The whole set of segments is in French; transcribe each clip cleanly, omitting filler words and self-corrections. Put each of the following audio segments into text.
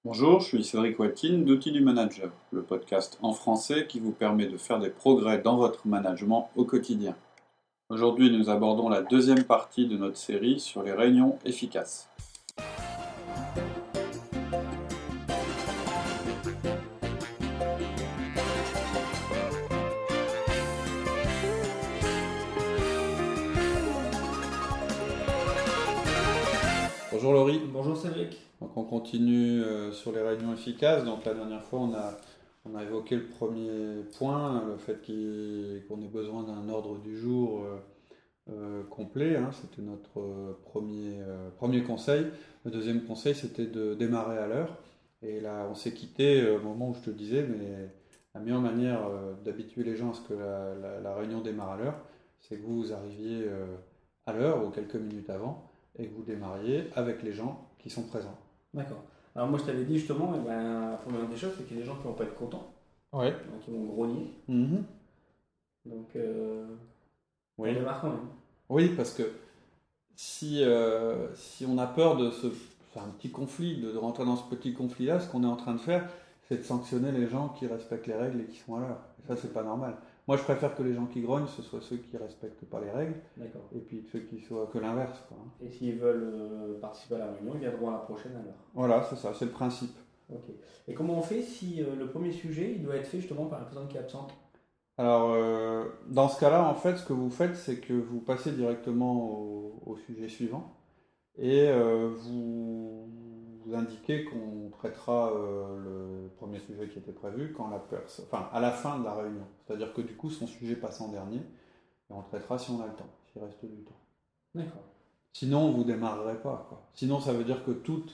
Bonjour, je suis Cédric Watine d'Outils du Manager, le podcast en français qui vous permet de faire des progrès dans votre management au quotidien. Aujourd'hui, nous abordons la deuxième partie de notre série sur les réunions efficaces. Bonjour Laurie. Bonjour Cédric. Donc on continue sur les réunions efficaces. Donc la dernière fois, on a évoqué le premier point, le fait qu'on ait besoin d'un ordre du jour complet. C'était notre premier conseil. Le deuxième conseil, c'était de démarrer à l'heure. Et là, on s'est quitté au moment où je te disais, mais la meilleure manière d'habituer les gens à ce que la réunion démarre à l'heure, c'est que vous arriviez à l'heure ou quelques minutes avant et que vous démarriez avec les gens qui sont présents. D'accord. Alors moi je t'avais dit justement, la première des choses, c'est qu'il y a des gens qui vont pas être contents, Ouais. donc ils vont grogner. Mhm. Donc on Oui. démarre quand même. Oui, parce que si on a peur de se faire un petit conflit, de rentrer dans ce petit conflit-là, ce qu'on est en train de faire, c'est de sanctionner les gens qui respectent les règles et qui sont à l'heure. Et ça, c'est pas normal. Moi, je préfère que les gens qui grognent, ce soient ceux qui respectent pas les règles, D'accord. et puis ceux qui soient que l'inverse, quoi. Et s'ils veulent participer à la réunion, ils viendront à la prochaine à l'heure. Voilà, c'est ça, c'est le principe. Ok. Et comment on fait si le premier sujet, il doit être fait justement par la personne qui est absente? Alors, dans ce cas-là, en fait, ce que vous faites, c'est que vous passez directement au sujet suivant. Et vous indiquez qu'on traitera le premier sujet qui était prévu à la fin de la réunion. C'est-à-dire que du coup, son sujet passe en dernier et on traitera si on a le temps, s'il reste du temps. D'accord. Sinon, vous démarrerez pas, quoi. Sinon, ça veut dire que tout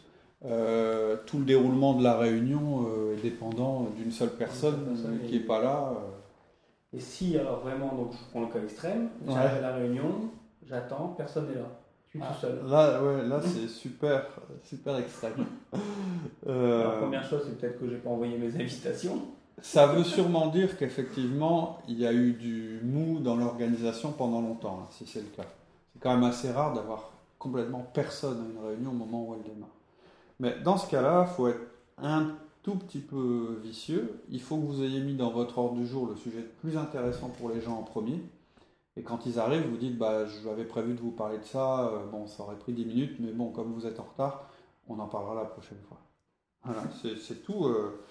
le déroulement de la réunion est dépendant d'une seule personne qui n'est pas là. Et si alors vraiment, donc je prends le cas extrême, Ouais. j'arrive à la réunion, j'attends, personne n'est là. Je suis tout seul. Là, c'est super, super extrême. La première chose, c'est peut-être que j'ai pas envoyé mes invitations. Ça veut sûrement dire qu'effectivement, il y a eu du mou dans l'organisation pendant longtemps, si c'est le cas. C'est quand même assez rare d'avoir complètement personne à une réunion au moment où elle démarre. Mais dans ce cas-là, il faut être un tout petit peu vicieux. Il faut que vous ayez mis dans votre ordre du jour le sujet le plus intéressant pour les gens en premier. Et quand ils arrivent, vous dites, j'avais prévu de vous parler de ça, bon, ça aurait pris 10 minutes, mais bon, comme vous êtes en retard, on en parlera la prochaine fois. Voilà, c'est tout.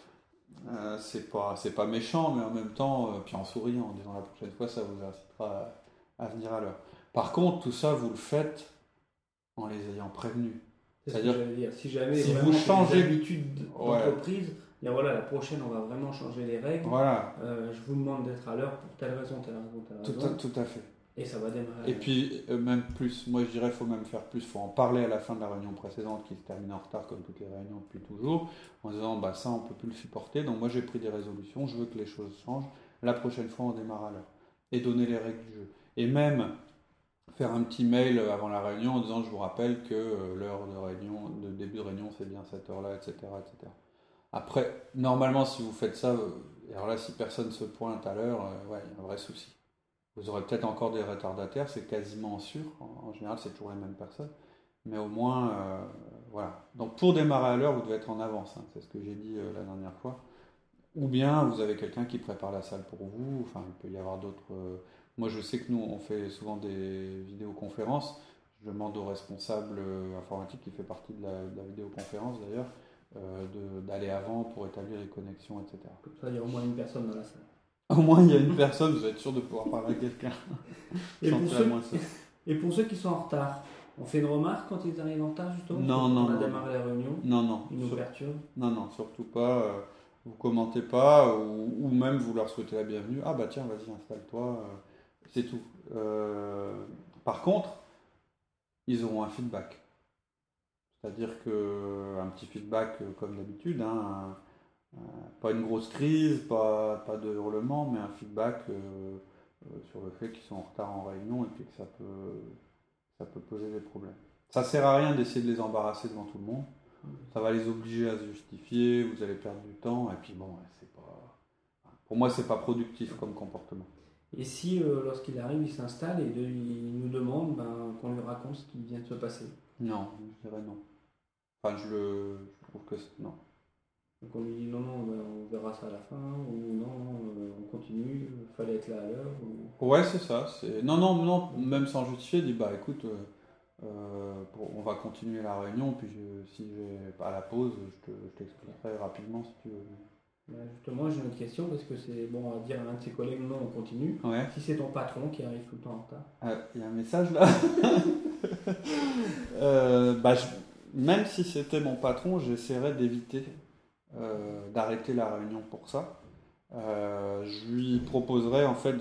C'est pas méchant, mais en même temps, puis en souriant, en disant la prochaine fois, ça vous incitera à venir à l'heure. Par contre, tout ça, vous le faites en les ayant prévenus. C'est ce que j'allais dire. Si jamais si vraiment vous changez d'habitude d'entreprise, dire voilà, la prochaine, on va vraiment changer les règles. Voilà, Je vous demande d'être à l'heure pour telle raison, telle raison, telle raison. tout à fait. Et ça va démarrer. Et puis, même plus, moi je dirais, il faut même faire plus, il faut en parler à la fin de la réunion précédente qui se termine en retard comme toutes les réunions depuis toujours, en disant, ça on peut plus le supporter, donc moi j'ai pris des résolutions, je veux que les choses changent, la prochaine fois on démarre à l'heure. Et donner les règles du jeu. Et même faire un petit mail avant la réunion en disant, je vous rappelle que l'heure de début de réunion c'est bien cette heure-là, etc., etc. Après, normalement si vous faites ça, alors là si personne se pointe à l'heure, ouais, il y a un vrai souci. Vous aurez peut-être encore des retardataires, c'est quasiment sûr. En général, c'est toujours les mêmes personnes. Mais au moins, voilà. Donc pour démarrer à l'heure, vous devez être en avance. C'est ce que j'ai dit la dernière fois. Ou bien vous avez quelqu'un qui prépare la salle pour vous. Enfin, il peut y avoir d'autres. Moi, je sais que nous, on fait souvent des vidéoconférences. Je demande au responsable informatique, qui fait partie de la vidéoconférence d'ailleurs, d'aller avant pour établir les connexions, etc. Comme ça, il y a au moins une personne dans la salle. Au moins, il y a une personne, vous êtes sûr de pouvoir parler à quelqu'un. Et pour ceux qui sont en retard, on fait une remarque quand ils arrivent en retard justement? Non. On a démarré la réunion. Non. Une ouverture. Non, surtout pas. Vous commentez pas, ou même vous leur souhaitez la bienvenue. Ah bah tiens, vas-y, installe-toi. C'est tout. Par contre, ils auront un feedback. C'est-à-dire que un petit feedback comme d'habitude, pas une grosse crise, pas de hurlement, mais un feedback sur le fait qu'ils sont en retard en réunion et puis que ça peut poser des problèmes. Ça sert à rien d'essayer de les embarrasser devant tout le monde. Ça va les obliger à se justifier, vous allez perdre du temps, et puis bon, pour moi, c'est pas productif comme comportement. Et si, lorsqu'il arrive, il s'installe et il nous demande qu'on lui raconte ce qui vient de se passer? Non, je dirais non. Enfin, je trouve que non. Donc on lui dit non, non, on verra ça à la fin, ou non, on continue, il fallait être là à l'heure. Ouais, c'est ça. Non, non, non, même sans justifier, dit bah écoute, on va continuer la réunion, puis si j'ai à la pause, je t'expliquerai rapidement si tu veux. Justement, j'ai une autre question, parce que c'est bon à dire à un de ses collègues non, on continue. Ouais. Si c'est ton patron qui arrive tout le temps en retard. Il y a un message là. Même si c'était mon patron, j'essaierais d'éviter d'arrêter la réunion pour ça. Je lui proposerais en fait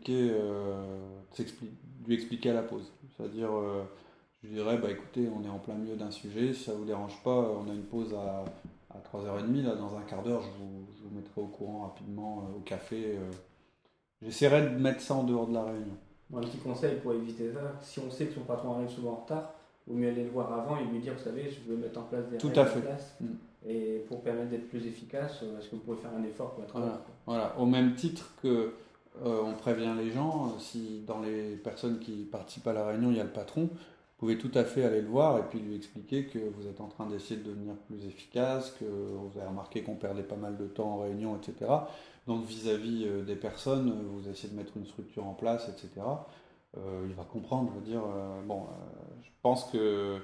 lui expliquer à la pause. C'est-à-dire, je lui dirais, bah écoutez, on est en plein milieu d'un sujet, si ça vous dérange pas, on a une pause à 3h30, là, dans un quart d'heure, je vous mettrai au courant rapidement au café. J'essaierai de mettre ça en dehors de la réunion. Un petit conseil pour éviter ça, si on sait que son patron arrive souvent en retard, il vaut mieux aller le voir avant et lui dire, vous savez, je veux mettre en place des règles en place. Et pour permettre d'être plus efficace, est-ce que vous pouvez faire un effort pour être là ? Voilà. Au même titre que on prévient les gens, si dans les personnes qui participent à la réunion, il y a le patron, vous pouvez tout à fait aller le voir et puis lui expliquer que vous êtes en train d'essayer de devenir plus efficace, que vous avez remarqué qu'on perdait pas mal de temps en réunion, etc. Donc vis-à-vis des personnes, vous essayez de mettre une structure en place, etc. Il va comprendre, je veux dire, je pense que...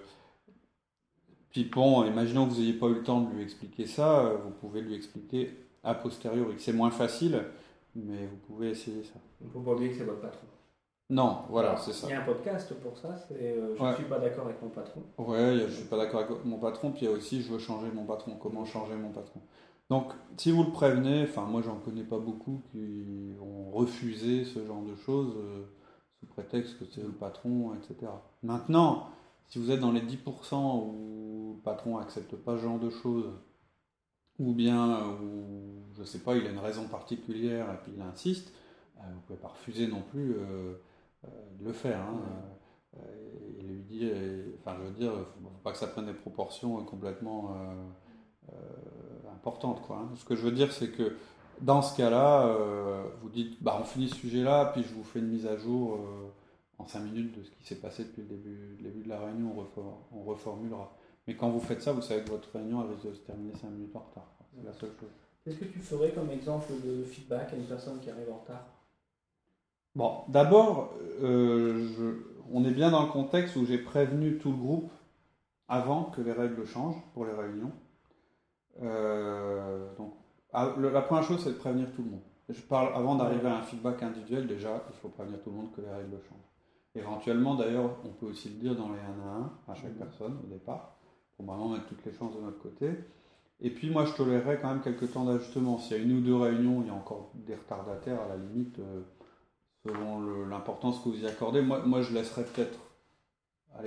Puis bon, imaginons que vous n'ayez pas eu le temps de lui expliquer ça, vous pouvez lui expliquer a posteriori. C'est moins facile, mais vous pouvez essayer ça. Il ne faut pas oublier que c'est votre patron. Non, voilà, c'est ça. Il y a un podcast pour ça, c'est je ne suis pas d'accord avec mon patron. Ouais, je ne suis pas d'accord avec mon patron, puis il y a aussi je veux changer mon patron, comment changer mon patron. Donc, si vous le prévenez, enfin moi j'en connais pas beaucoup qui ont refusé ce genre de choses sous prétexte que c'est le patron, etc. Maintenant, si vous êtes dans les 10% où le patron accepte pas ce genre de choses, ou bien, je sais pas, il a une raison particulière et puis il insiste, vous pouvez pas refuser non plus de le faire. Hein. Et lui dire, enfin je veux dire, faut pas que ça prenne des proportions complètement importantes, quoi. Hein. Ce que je veux dire, c'est que dans ce cas-là, vous dites, bah on finit ce sujet-là, puis je vous fais une mise à jour en 5 minutes de ce qui s'est passé depuis le début de la réunion, on reformulera. Mais quand vous faites ça, vous savez que votre réunion elle risque de se terminer 5 minutes en retard. C'est la seule chose. Qu'est-ce que tu ferais comme exemple de feedback à une personne qui arrive en retard ? Bon, d'abord, on est bien dans le contexte où j'ai prévenu tout le groupe avant que les règles changent pour les réunions. La première chose, c'est de prévenir tout le monde. Je parle avant d'arriver à un feedback individuel, déjà, il faut prévenir tout le monde que les règles changent. Éventuellement, d'ailleurs, on peut aussi le dire dans les 1 à 1 à chaque personne au départ, pour vraiment mettre toutes les chances de notre côté. Et puis moi, je tolérerais quand même quelques temps d'ajustement. S'il y a 1 ou 2 réunions, il y a encore des retardataires à la limite, selon l'importance que vous y accordez. Moi je laisserais peut-être 1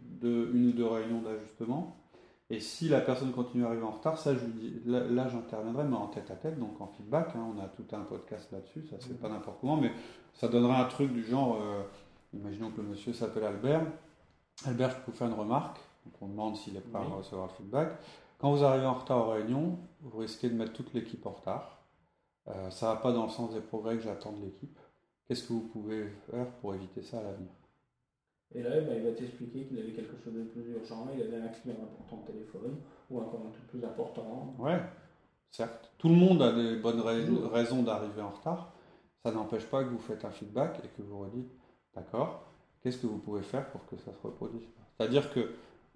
ou 2 réunions d'ajustement. Et si la personne continue à arriver en retard, ça, je lui dis, là j'interviendrai, mais en tête à tête, donc en feedback. Hein, on a tout un podcast là-dessus, ça se fait pas n'importe comment, mais ça donnera un truc du genre, imaginons que le monsieur s'appelle Albert. Albert, je peux vous faire une remarque. Donc on demande s'il est prêt à recevoir le feedback. Quand vous arrivez en retard aux réunions, vous risquez de mettre toute l'équipe en retard. Ça ne va pas dans le sens des progrès que j'attends de l'équipe. Qu'est-ce que vous pouvez faire pour éviter ça à l'avenir ? Et là, il va t'expliquer qu'il avait quelque chose de plus urgent, il avait un client important au téléphone, ou encore un truc plus important. Ouais, certes. Tout le monde a des bonnes raisons d'arriver en retard. Ça n'empêche pas que vous faites un feedback et que vous redites, d'accord, qu'est-ce que vous pouvez faire pour que ça se reproduise pas ? C'est-à-dire que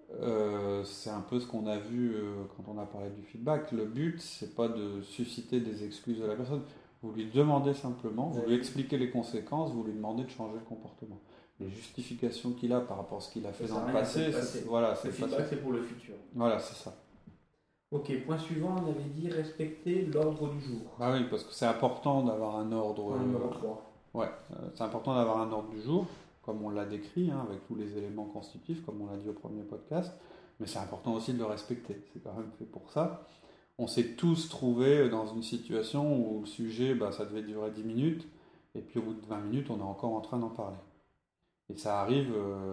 c'est un peu ce qu'on a vu quand on a parlé du feedback. Le but, c'est pas de susciter des excuses de la personne. Vous lui demandez simplement, vous lui expliquez les conséquences, vous lui demandez de changer le comportement. Les justifications qu'il a par rapport à ce qu'il a fait dans le passé, le feedback, c'est pour le futur. Voilà, c'est ça. Ok, point suivant, on avait dit respecter l'ordre du jour. Ah oui, parce que c'est important d'avoir un ordre. Numéro 3. Ouais, c'est important d'avoir un ordre du jour, comme on l'a décrit, hein, avec tous les éléments constitutifs, comme on l'a dit au premier podcast. Mais c'est important aussi de le respecter. C'est quand même fait pour ça. On s'est tous trouvés dans une situation où le sujet, ça devait durer 10 minutes, et puis au bout de 20 minutes, on est encore en train d'en parler. Et ça arrive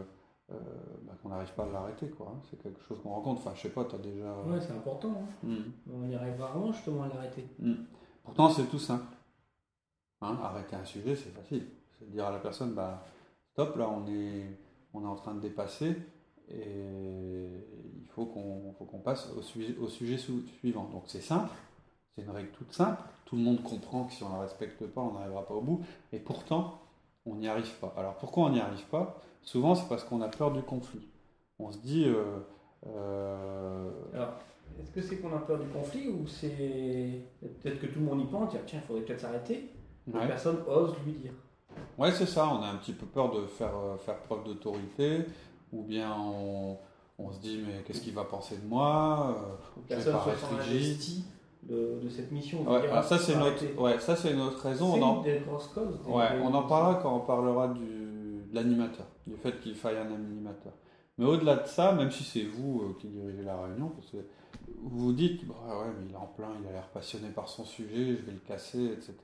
qu'on n'arrive pas à l'arrêter, quoi. Hein. C'est quelque chose qu'on rencontre. Enfin, je sais pas, tu as déjà... Ouais, c'est important. Hein. On y arrive rarement, justement, à l'arrêter. Pourtant, c'est tout simple. Hein, arrêter un sujet, c'est facile. C'est de dire à la personne, stop, là, on est en train de dépasser, et il faut qu'on passe au sujet suivant. Donc c'est simple, c'est une règle toute simple, tout le monde comprend que si on ne la respecte pas, on n'arrivera pas au bout, et pourtant, on n'y arrive pas. Alors pourquoi on n'y arrive pas? Souvent, c'est parce qu'on a peur du conflit. On se dit... Alors, est-ce que c'est qu'on a peur du conflit ou c'est peut-être que tout le monde y pense, tiens, il faudrait peut-être s'arrêter, mais personne ose lui dire. Ouais, c'est ça, on a un petit peu peur de faire preuve d'autorité, ou bien on se dit, mais qu'est-ce qu'il va penser de moi? Personne ne se sent investi de cette mission. Ouais, alors ça, c'est une autre raison. C'est une des grosses causes. On en parlera quand on parlera de l'animateur, du fait qu'il faille un animateur. Mais au-delà de ça, même si c'est vous qui dirigez la réunion, parce que vous vous dites, bah ouais, mais il est en plein, il a l'air passionné par son sujet, je vais le casser, etc.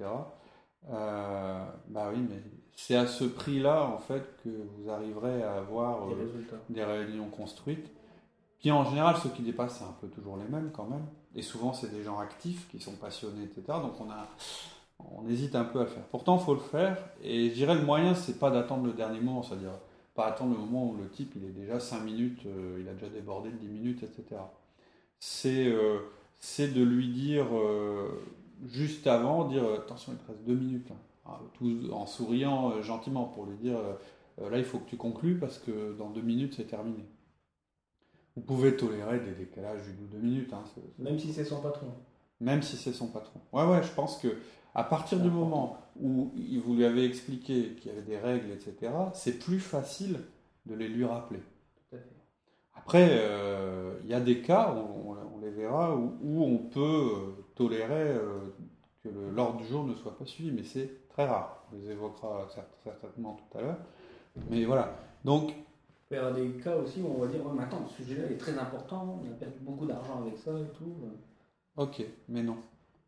Bah oui, mais c'est à ce prix-là, en fait, que vous arriverez à avoir des réunions construites. Puis en général, ceux qui dépassent, c'est un peu toujours les mêmes quand même. Et souvent, c'est des gens actifs qui sont passionnés, etc. Donc on hésite un peu à le faire. Pourtant, il faut le faire. Et je dirais, le moyen, c'est pas d'attendre le dernier moment, c'est-à-dire pas attendre le moment où le type, il est déjà 5 minutes, il a déjà débordé de 10 minutes, etc. C'est de lui dire, juste avant, dire, attention, il te reste 2 minutes, là. Tout en souriant gentiment pour lui dire, là, il faut que tu conclues parce que dans 2 minutes, c'est terminé. Vous pouvez tolérer des décalages d'une ou 2 minutes. Même si c'est son patron. Même si c'est son patron. Ouais, je pense que à partir du moment où vous lui avez expliqué qu'il y avait des règles, etc., c'est plus facile de les lui rappeler. Tout à fait. Après, il y a des cas, on les verra, où on peut tolérer que l'ordre du jour ne soit pas suivi, mais c'est très rare. On les évoquera certainement tout à l'heure. Mais voilà. Donc, il peut y avoir des cas aussi où on va dire, mais attends, ce sujet-là est très important, on a perdu beaucoup d'argent avec ça et tout. Ok, mais non.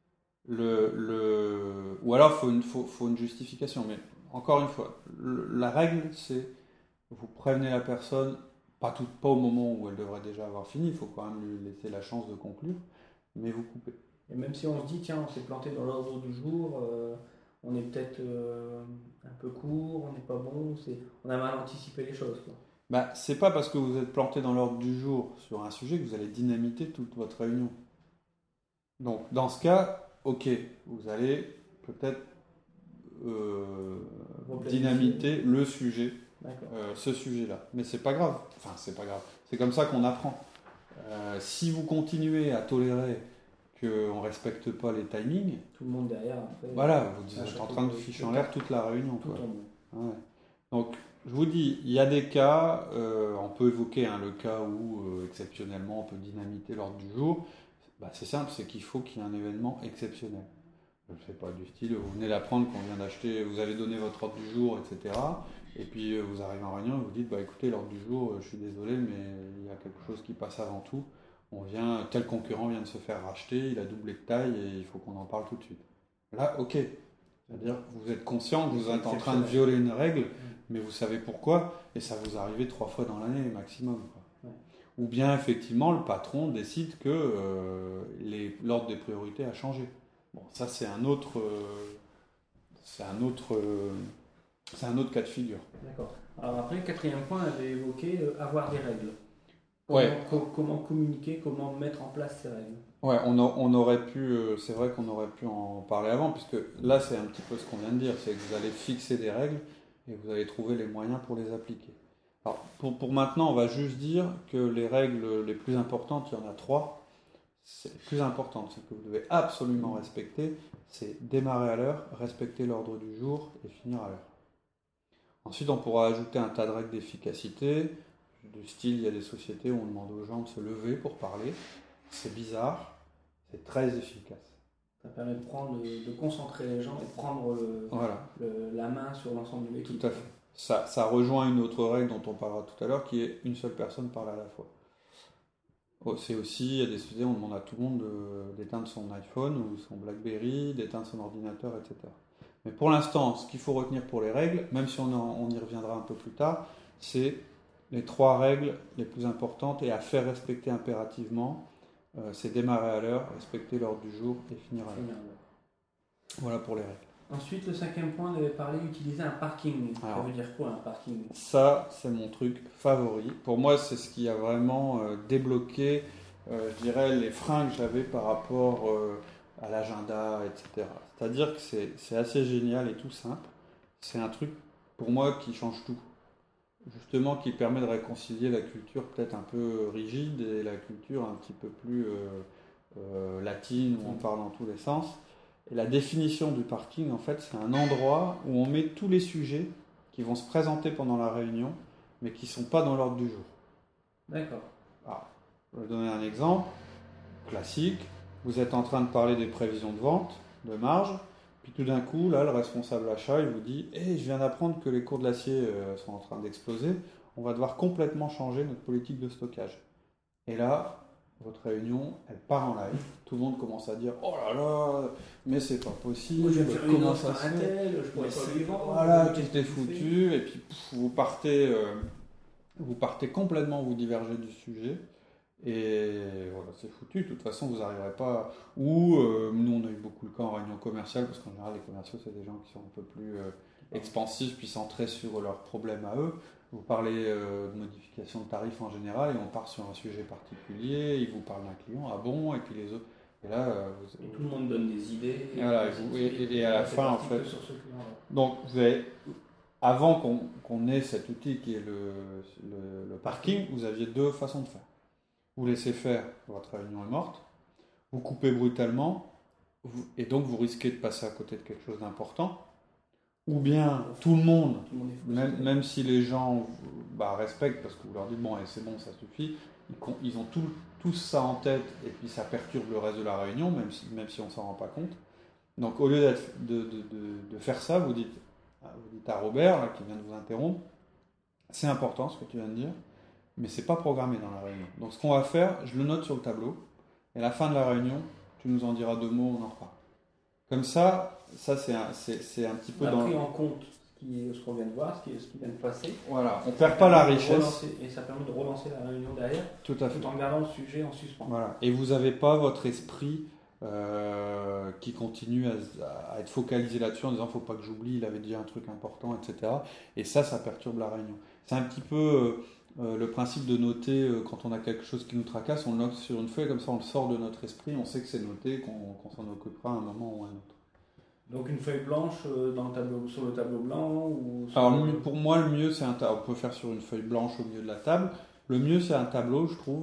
Ou alors, il faut une justification. Mais encore une fois, la règle, c'est vous prévenez la personne, pas au moment où elle devrait déjà avoir fini, il faut quand même lui laisser la chance de conclure, mais vous coupez. Et même si on se dit, tiens, on s'est planté dans l'ordre du jour, on est peut-être un peu court, on n'est pas bon, on a mal anticipé les choses, quoi. Bah, c'est pas parce que vous êtes planté dans l'ordre du jour sur un sujet que vous allez dynamiter toute votre réunion. Donc, dans ce cas, ok, vous allez peut-être dynamiter le sujet, ce sujet-là. Mais c'est pas grave. Enfin, c'est pas grave. C'est comme ça qu'on apprend. Si vous continuez à tolérer qu'on ne respecte pas les timings, tout le monde derrière. Après, voilà, vous êtes en train de ficher en l'air toute la réunion. Quoi. Ouais. Donc, je vous dis, il y a des cas, on peut évoquer le cas où exceptionnellement on peut dynamiter l'ordre du jour. Bah, c'est simple, c'est qu'il faut qu'il y ait un événement exceptionnel. Je ne sais pas, du style, vous venez d'apprendre qu'on vient d'acheter, vous avez donné votre ordre du jour, etc. Et puis vous arrivez en réunion et vous dites, bah écoutez, l'ordre du jour, je suis désolé, mais il y a quelque chose qui passe avant tout. Tel concurrent vient de se faire racheter, il a doublé de taille et il faut qu'on en parle tout de suite. Là, ok. C'est-à-dire, vous êtes conscient que vous êtes en train de violer une règle, mais vous savez pourquoi, et ça vous arrive 3 fois dans l'année maximum, quoi. Ouais. Ou bien, effectivement, le patron décide que l'ordre des priorités a changé. Bon, ça, c'est un autre cas de figure. D'accord. Alors après, 4e point, elle avait évoqué avoir des règles. Comment communiquer, comment mettre en place ces règles. Ouais, on aurait pu, c'est vrai qu'on aurait pu en parler avant, puisque là, c'est un petit peu ce qu'on vient de dire, c'est que vous allez fixer des règles et vous allez trouver les moyens pour les appliquer. Alors, pour maintenant, on va juste dire que les règles les plus importantes, il y en a 3. C'est les plus importantes, c'est que vous devez absolument respecter, c'est démarrer à l'heure, respecter l'ordre du jour et finir à l'heure. Ensuite, on pourra ajouter un tas de règles d'efficacité, du style, il y a des sociétés où on demande aux gens de se lever pour parler. C'est bizarre, c'est très efficace. Ça permet de concentrer les gens et de prendre la main sur l'ensemble de l'équipe. Tout à fait. Ça rejoint une autre règle dont on parlera tout à l'heure, qui est une seule personne parle à la fois. C'est aussi, il y a des sociétés où on demande à tout le monde d'éteindre son iPhone ou son BlackBerry, d'éteindre son ordinateur, etc. Mais pour l'instant, ce qu'il faut retenir pour les règles, même si on y reviendra un peu plus tard, c'est les 3 règles les plus importantes et à faire respecter impérativement. C'est démarrer à l'heure, respecter l'ordre du jour et finir à l'heure. Voilà pour les règles. Ensuite, le 5e point, on avait parlé d'utiliser un parking. Ça veut dire quoi un parking? Ça, c'est mon truc favori. Pour moi, c'est ce qui a vraiment débloqué, je dirais, les freins que j'avais par rapport à l'agenda, etc. C'est-à-dire que c'est assez génial et tout simple. C'est un truc, pour moi, qui change tout. Justement, qui permet de réconcilier la culture peut-être un peu rigide et la culture un petit peu plus latine, où on parle dans tous les sens. Et la définition du parking, en fait, c'est un endroit où on met tous les sujets qui vont se présenter pendant la réunion, mais qui ne sont pas dans l'ordre du jour. D'accord. Alors, je vais donner un exemple classique. Vous êtes en train de parler des prévisions de vente, de marge, puis tout d'un coup, là, le responsable achat, il vous dit « je viens d'apprendre que les cours de l'acier sont en train d'exploser, on va devoir complètement changer notre politique de stockage. » Et là, votre réunion, elle part en live. Tout le monde commence à dire « oh là là, mais c'est pas possible, moi, je vais faire une comment offre ça se à un fait tel, je pourrais pas lui vendre. Voilà, tout est foutu. » Et puis, vous partez complètement, vous divergez du sujet. Et voilà, c'est foutu. De toute façon, vous n'arriverez pas. Ou nous, on a eu beaucoup le cas en réunion commerciale, parce qu'en général, les commerciaux, c'est des gens qui sont un peu plus expansifs, puis centrés sur leurs problèmes à eux. Vous parlez de modification de tarifs en général, et on part sur un sujet particulier. Ils vous parlent d'un client, ah bon, et puis les autres. Et là, et tout le monde donne des idées. Et, voilà, et à la fin, en fait. Donc, vous avez. Avant qu'on ait cet outil qui est le parking, vous aviez deux façons de faire. Vous laissez faire, votre réunion est morte, vous coupez brutalement, et donc vous risquez de passer à côté de quelque chose d'important, ou bien tout le monde, même si les gens respectent, parce que vous leur dites bon, c'est bon, ça suffit, ils ont tous ça en tête, et puis ça perturbe le reste de la réunion, même si on ne s'en rend pas compte. Donc au lieu de faire ça, vous dites à Robert, là, qui vient de vous interrompre, c'est important ce que tu viens de dire, mais c'est pas programmé dans la réunion. Donc ce qu'on va faire, je le note sur le tableau, et à la fin de la réunion, tu nous en diras 2 mots, on en reparle. Comme ça c'est un petit peu on a pris en compte ce qu'on vient de voir, ce qui vient de passer. Voilà, on perd pas la richesse. Et ça permet de relancer la réunion derrière, tout à fait, tout en gardant le sujet en suspens. Voilà, et vous n'avez pas votre esprit qui continue à être focalisé là-dessus en disant faut pas que j'oublie, il avait dit un truc important, etc. Et ça perturbe la réunion. C'est un petit peu le principe de noter quand on a quelque chose qui nous tracasse, on le note sur une feuille, comme ça on le sort de notre esprit, on sait que c'est noté, qu'on s'en occupera à un moment ou à un autre. Donc une feuille blanche sur le tableau blanc ou Alors pour moi le mieux c'est on peut faire sur une feuille blanche au milieu de la table. Le mieux c'est un tableau, je trouve.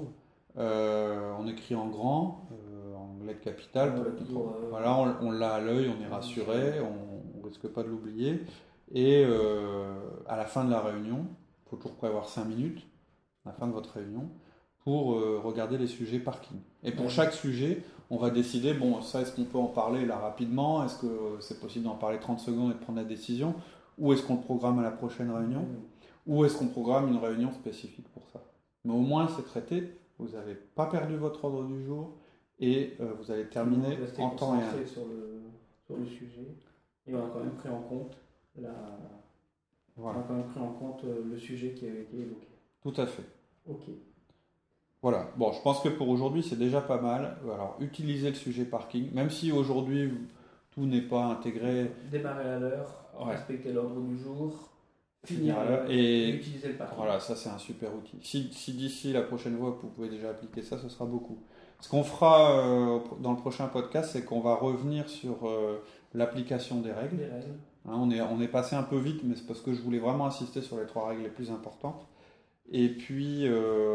On écrit en grand, en lettres capitales. Voilà, on l'a à l'œil, on est rassuré, on risque pas de l'oublier. Et à la fin de la réunion, il faut toujours prévoir 5 minutes, à la fin de votre réunion, pour regarder les sujets parking. Et pour chaque sujet, on va décider, bon, ça, est-ce qu'on peut en parler là rapidement? Est-ce que c'est possible d'en parler 30 secondes et de prendre la décision? Ou est-ce qu'on le programme à la prochaine réunion? Ou est-ce qu'on programme une réunion spécifique pour ça? Mais au moins, c'est traité, vous n'avez pas perdu votre ordre du jour et vous allez terminer en temps et en sur le sujet. Et on a quand même pris en compte voilà. On a quand même pris en compte le sujet qui avait été évoqué. Tout à fait. Ok. Voilà. Bon, je pense que pour aujourd'hui, c'est déjà pas mal. Alors, utilisez le sujet parking, même si aujourd'hui, tout n'est pas intégré. Démarrer à l'heure, respecter l'ordre du jour, finir à l'heure et utiliser le parking. Voilà, ça c'est un super outil. Si d'ici la prochaine fois, vous pouvez déjà appliquer ça, ce sera beaucoup. Ce qu'on fera dans le prochain podcast, c'est qu'on va revenir sur l'application des règles. On est passé un peu vite, mais c'est parce que je voulais vraiment insister sur les 3 règles les plus importantes. Et puis,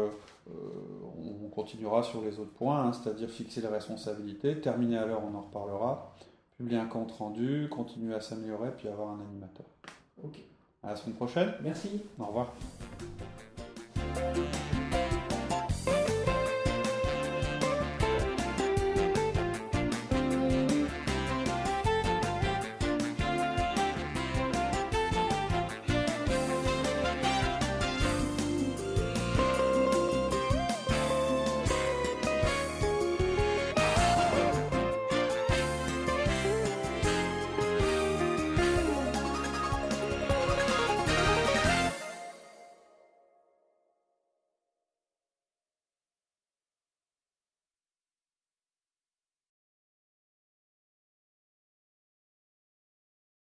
on continuera sur les autres points, c'est-à-dire fixer les responsabilités, terminer à l'heure, on en reparlera, publier un compte rendu, continuer à s'améliorer, puis avoir un animateur. Ok. À la semaine prochaine. Merci. Au revoir.